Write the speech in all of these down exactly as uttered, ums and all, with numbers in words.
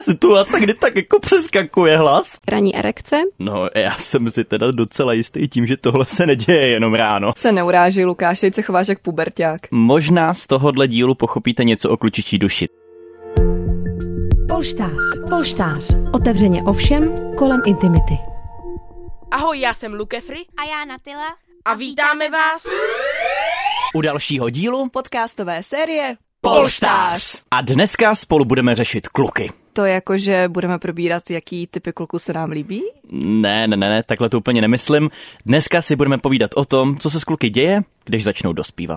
situace, kdy tak jako přeskakuje hlas. Ranní erekce? No, já jsem si teda docela jistý tím, že tohle se neděje jenom ráno. Se neuráží, Lukáš, teď se chováš jak puberťák. Možná z tohohle dílu pochopíte něco o klučičí duši. Polštář, polštář. Otevřeně o všem kolem intimity. Ahoj, já jsem Lukefry. A já Natila. A vítáme vás u dalšího dílu podcastové série Polštář. A dneska spolu budeme řešit kluky. To jako, že budeme probírat, jaký typy kluků se nám líbí? Ne, ne, ne, ne, takhle to úplně nemyslím. Dneska si budeme povídat o tom, co se s kluky děje, když začnou dospívat.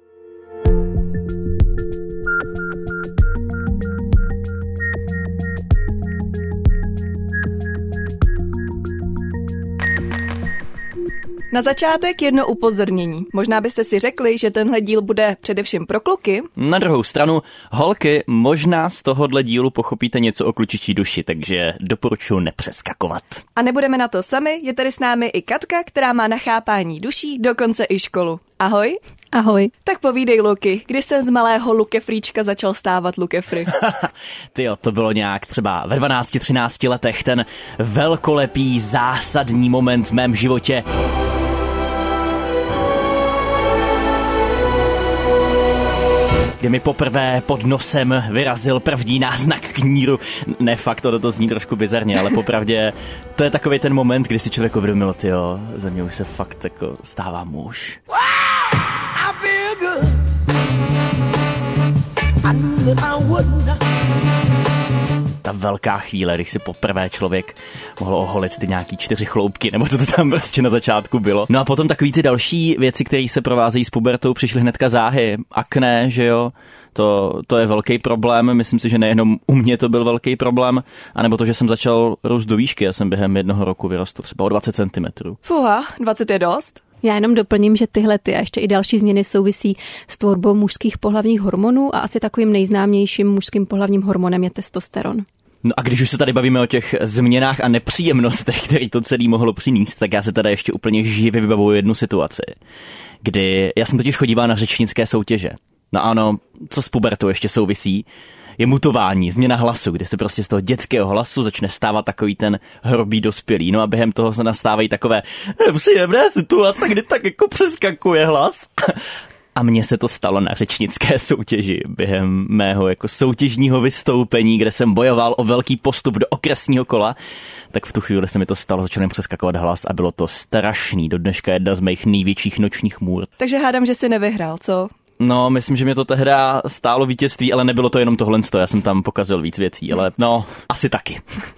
Na začátek jedno upozornění. Možná byste si řekli, že tenhle díl bude především pro kluky. Na druhou stranu, holky, možná z tohohle dílu pochopíte něco o klučičí duši, takže doporučuji nepřeskakovat. A nebudeme na to sami, je tady s námi i Katka, která má na chápání duší, dokonce i školu. Ahoj. Ahoj. Tak povídej, Luky, kdy se z malého Lukefríčka začal stávat Lukefry? Tyjo, to bylo nějak třeba ve dvanácti třinácti letech, ten velkolepý zásadní moment v mém životě. Kdy mi poprvé pod nosem vyrazil první náznak kníru. Ne, fakt, to, to zní trošku bizarně, ale popravdě to je takový ten moment, kdy si člověk uvědomil, tyjo, ze mě už se fakt jako stává muž. Ta velká chvíle, když si poprvé člověk mohl oholit ty nějaký čtyři chloupky, nebo co to tam prostě na začátku bylo. No a potom takový ty další věci, které se provázejí s pubertou, přišly hnedka záhy. Akné, že jo, to, to je velký problém. Myslím si, že nejenom u mě to byl velký problém, anebo to, že jsem začal růst do výšky. Já jsem během jednoho roku vyrostl třeba o dvacet centimetrů. Fuha, dvacet je dost. Já jenom doplním, že tyhle ty a ještě i další změny souvisí s tvorbou mužských pohlavních hormonů a asi takovým nejznámějším mužským pohlavním hormonem je testosteron. No a když už se tady bavíme o těch změnách a nepříjemnostech, který to celý mohlo přinést, tak já se tady ještě úplně živě vybavuju jednu situaci, kdy já jsem totiž chodíval na řečnické soutěže. No ano, co s pubertou ještě souvisí, je mutování, změna hlasu, kde se prostě z toho dětského hlasu začne stávat takový ten hrobý dospělý. No a během toho se nastávají takové příjemné situace, kdy tak jako přeskakuje hlas. A mně se to stalo na řečnické soutěži během mého jako soutěžního vystoupení, kde jsem bojoval o velký postup do okresního kola. Tak v tu chvíli se mi to stalo, začal mi přeskakovat hlas a bylo to strašný. Do dneška jedna z mých největších nočních můr. Takže hádám, že jsi nevyhrál, co? No, myslím, že mě to tehda stálo vítězství, ale nebylo to jenom tohle, já jsem tam pokazil víc věcí, ale no, asi taky.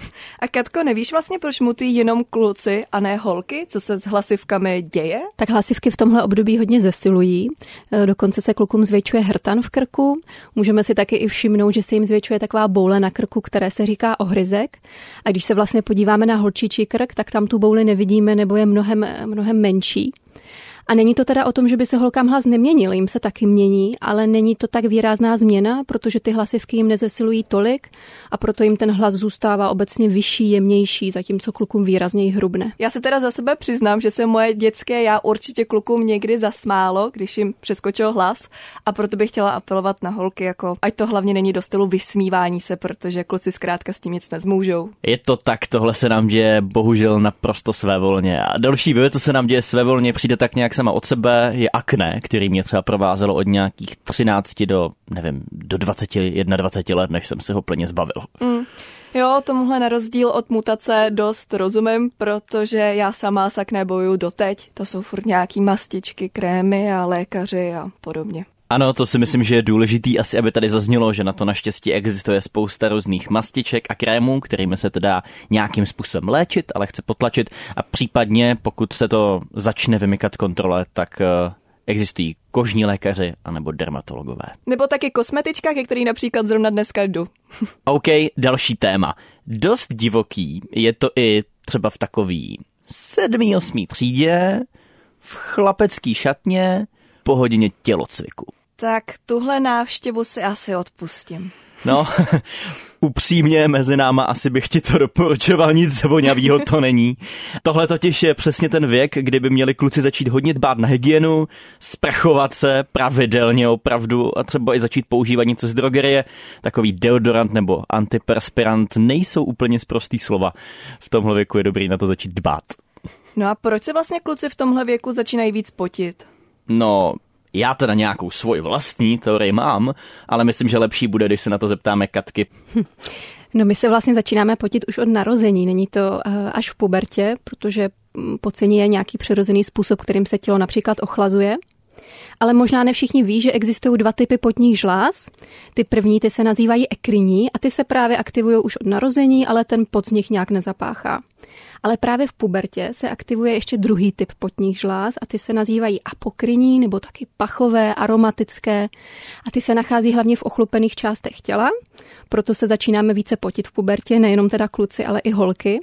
A Katko, nevíš vlastně, proč mutují jenom kluci a ne holky? Co se s hlasivkami děje? Tak hlasivky v tomhle období hodně zesilují, dokonce se klukům zvětšuje hrtan v krku, můžeme si taky i všimnout, že se jim zvětšuje taková boule na krku, které se říká ohryzek. A když se vlastně podíváme na holčičí krk, tak tam tu bouli nevidíme nebo je mnohem, mnohem menší. A není to teda o tom, že by se holkám hlas neměnil, jim se taky mění, ale není to tak výrazná změna, protože ty hlasivky jim nezesilují tolik a proto jim ten hlas zůstává obecně vyšší, jemnější, zatímco klukům výrazněji hrubne. Já se teda za sebe přiznám, že se moje dětské já určitě klukům někdy zasmálo, když jim přeskočil hlas, a proto bych chtěla apelovat na holky, jako ať to hlavně není do stylu vysmívání se, protože kluci zkrátka s tím nic nezmůžou. Je to tak, tohle se nám děje bohužel naprosto svévolně. A další věc, co se nám děje svévolně, přijde tak nějak sama od sebe, je akné, který mě třeba provázelo od nějakých třinácti do, nevím, do dvaceti, dvaceti jedna let, než jsem se ho plně zbavil. Mm. Jo, tomuhle na rozdíl od mutace dost rozumím, protože já sama s akné bojuju doteď. To jsou furt nějaký mastičky, krémy a lékaři a podobně. Ano, to si myslím, že je důležitý asi, aby tady zaznělo, že na to naštěstí existuje spousta různých mastiček a krémů, kterými se to dá nějakým způsobem léčit, ale chce potlačit, a případně, pokud se to začne vymykat kontrole, tak uh, existují kožní lékaři anebo dermatologové. Nebo taky kosmetička, ke který například zrovna dneska jdu. OK, další téma. Dost divoký je to i třeba v takový sedmý, osmý třídě, v chlapecký šatně, po hodině tělocviku. Tak tuhle návštěvu si asi odpustím. No, upřímně mezi náma asi bych ti to doporučoval, nic vonavýho to není. Tohle totiž je přesně ten věk, kdy by měli kluci začít hodně dbát na hygienu, sprchovat se pravidelně opravdu a třeba i začít používat něco z drogerie. Takový deodorant nebo antiperspirant nejsou úplně sprostý slova. V tomhle věku je dobrý na to začít dbát. No a proč se vlastně kluci v tomhle věku začínají víc potit? No, já teda nějakou svoji vlastní teorii mám, ale myslím, že lepší bude, když se na to zeptáme Katky. No my se vlastně začínáme potit už od narození, není to až v pubertě, protože pocení je nějaký přirozený způsob, kterým se tělo například ochlazuje. Ale možná ne všichni ví, že existují dva typy potních žláz. Ty první, ty se nazývají ekrinní a ty se právě aktivují už od narození, ale ten pot z nich nějak nezapáchá. Ale právě v pubertě se aktivuje ještě druhý typ potních žláz a ty se nazývají apokrinní nebo taky pachové, aromatické a ty se nachází hlavně v ochlupených částech těla. Proto se začínáme více potit v pubertě, nejenom teda kluci, ale i holky.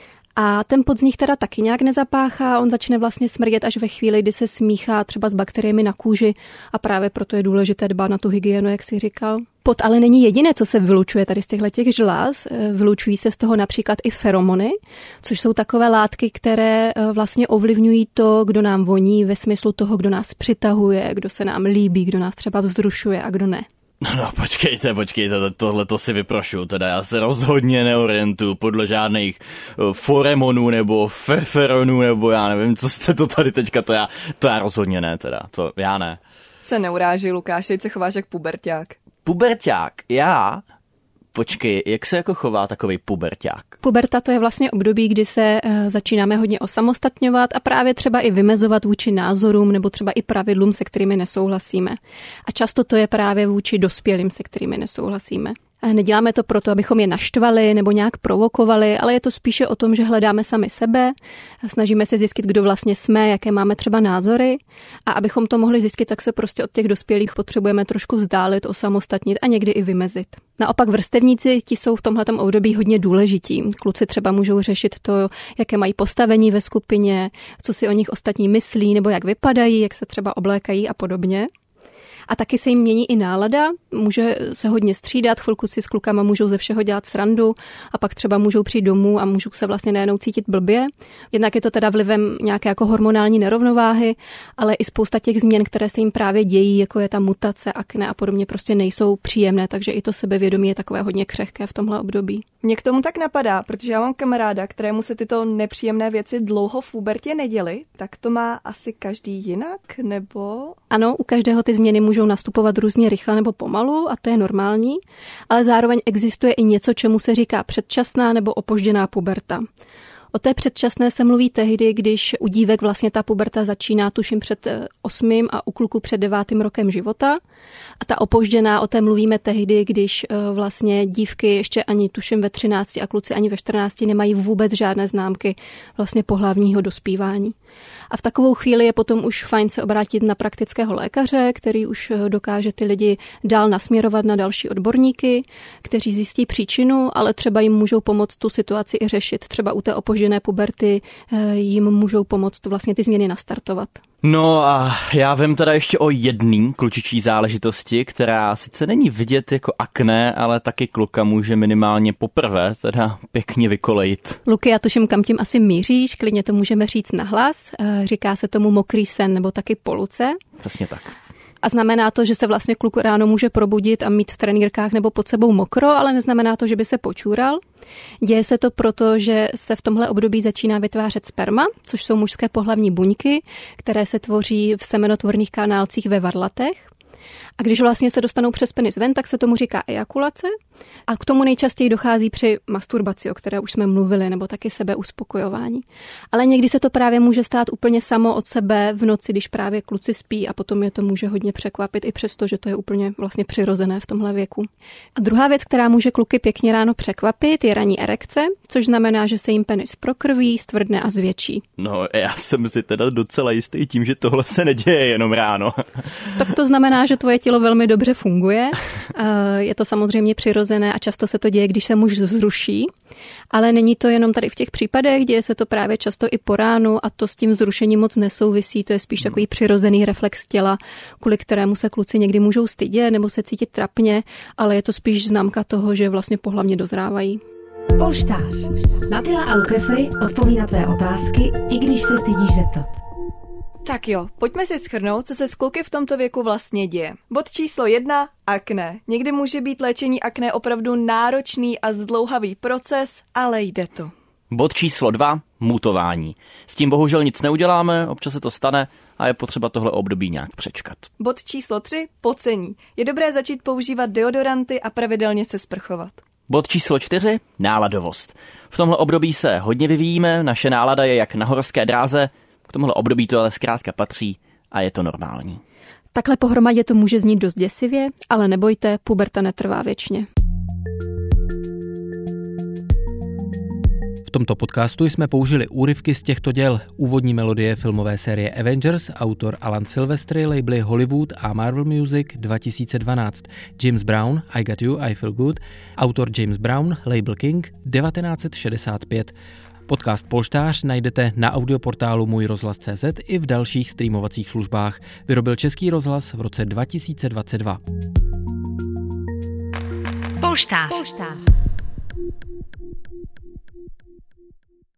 A ten pot z nich teda taky nějak nezapáchá, on začne vlastně smrdět až ve chvíli, kdy se smíchá třeba s bakteriemi na kůži a právě proto je důležité dbát na tu hygienu, jak jsi říkal. Pot ale není jediné, co se vylučuje tady z těchto těch žláz. Vylučují se z toho například i feromony, což jsou takové látky, které vlastně ovlivňují to, kdo nám voní ve smyslu toho, kdo nás přitahuje, kdo se nám líbí, kdo nás třeba vzrušuje a kdo ne. No, no, počkejte, počkejte, tohle to si vyprošuju, teda já se rozhodně neorientuju podle žádných uh, foremonů nebo feferonů, nebo já nevím, co jste to tady teďka, to já, to já rozhodně ne, teda, to já ne. Se neuráží, Lukáš, teď se chováš jak puberťák. Puberťák, já? Počkej, jak se jako chová takovej puberťák? Puberta to je vlastně období, kdy se uh, začínáme hodně osamostatňovat a právě třeba i vymezovat vůči názorům nebo třeba i pravidlům, se kterými nesouhlasíme. A často to je právě vůči dospělým, se kterými nesouhlasíme. A neděláme to proto, abychom je naštvali nebo nějak provokovali, ale je to spíše o tom, že hledáme sami sebe, snažíme se zjistit, kdo vlastně jsme, jaké máme třeba názory a abychom to mohli zjistit, tak se prostě od těch dospělých potřebujeme trošku vzdálit, osamostatnit a někdy i vymezit. Naopak vrstevníci, ti jsou v tomhletom období hodně důležití. Kluci třeba můžou řešit to, jaké mají postavení ve skupině, co si o nich ostatní myslí nebo jak vypadají, jak se třeba oblékají a podobně. A taky se jim mění i nálada, může se hodně střídat, chvilku si s klukama můžou ze všeho dělat srandu a pak třeba můžou přijít domů a můžou se vlastně najednou cítit blbě. Jednak je to teda vlivem nějaké jako hormonální nerovnováhy, ale i spousta těch změn, které se jim právě dějí, jako je ta mutace, akné a podobně, prostě nejsou příjemné, takže i to sebevědomí je takové hodně křehké v tomhle období. Mě k tomu tak napadá, protože já mám kamaráda, kterému se tyto nepříjemné věci dlouho v pubertě neděly, tak to má asi každý jinak, nebo? Ano, u každého ty změny můžou nastupovat různě rychle nebo pomalu a to je normální, ale zároveň existuje i něco, čemu se říká předčasná nebo opožděná puberta. O té předčasné se mluví tehdy, když u dívek vlastně ta puberta začíná tuším před osmým a u kluku před devátým rokem života. A ta opožděná, o té mluvíme tehdy, když vlastně dívky ještě ani tuším ve třinácti a kluci ani ve čtrnácti nemají vůbec žádné známky vlastně pohlavního dospívání. A v takovou chvíli je potom už fajn se obrátit na praktického lékaře, který už dokáže ty lidi dál nasměrovat na další odborníky, kteří zjistí příčinu, ale třeba jim můžou pomoct tu situaci i řešit. Třeba u té opožděné puberty jim můžou pomoct vlastně ty změny nastartovat. No a já vím teda ještě o jedný klučičí záležitosti, která sice není vidět jako akné, ale taky kluka může minimálně poprvé teda pěkně vykolejit. Luky, já tuším, kam tím asi míříš, klidně to můžeme říct nahlas. Říká se tomu mokrý sen nebo taky poluce. Přesně tak. A znamená to, že se vlastně kluk ráno může probudit a mít v trenýrkách nebo pod sebou mokro, ale neznamená to, že by se počůral. Děje se to proto, že se v tomhle období začíná vytvářet sperma, což jsou mužské pohlavní buňky, které se tvoří v semenotvorných kanálcích ve varlatech. A když vlastně se dostanou přes penis ven, tak se tomu říká ejakulace. A k tomu nejčastěji dochází při masturbaci, o které už jsme mluvili, nebo taky sebeuspokojování. Ale někdy se to právě může stát úplně samo od sebe v noci, když právě kluci spí a potom je to může hodně překvapit, i přesto, že to je úplně vlastně přirozené v tomhle věku. A druhá věc, která může kluky pěkně ráno překvapit, je ranní erekce, což znamená, že se jim penis prokrví, stvrdne a zvětší. No, já jsem si teda docela jistý tím, že tohle se neděje jenom ráno. Tak to znamená, že že tvoje tělo velmi dobře funguje. Je to samozřejmě přirozené a často se to děje, když se muž vzruší, ale není to jenom tady v těch případech, děje se to právě často i po ránu a to s tím vzrušením moc nesouvisí, to je spíš takový přirozený reflex těla, kvůli kterému se kluci někdy můžou stydět nebo se cítit trapně, ale je to spíš známka toho, že vlastně pohlavně dozrávají. Polštář. Natyla a Lukefry odpoví na tvé otázky, i když se stydíš zeptat. Tak jo, pojďme si shrnout, co se s kluky v tomto věku vlastně děje. Bod číslo jedna, akné. Někdy může být léčení akné opravdu náročný a zdlouhavý proces, ale jde to. Bod číslo dva, mutování. S tím bohužel nic neuděláme, občas se to stane a je potřeba tohle období nějak přečkat. Bod číslo tři, pocení. Je dobré začít používat deodoranty a pravidelně se sprchovat. Bod číslo čtyři, náladovost. V tomhle období se hodně vyvíjíme, naše nálada je jak na horské dráze, k tomuhle období to ale zkrátka patří a je to normální. Takhle pohromadě to může znít dost děsivě, ale nebojte, puberta netrvá věčně. V tomto podcastu jsme použili úryvky z těchto děl. Úvodní melodie filmové série Avengers, autor Alan Silvestri, labely Hollywood a Marvel Music dva tisíce dvanáct. James Brown, I Got You, I Feel Good, autor James Brown, label King, devatenáct set šedesát pět. Podcast Polštář najdete na audioportálu můj rozhlas tečka cé zet i v dalších streamovacích službách. Vyrobil Český rozhlas v roce dva tisíce dvacet dva. Polštář. Polštář.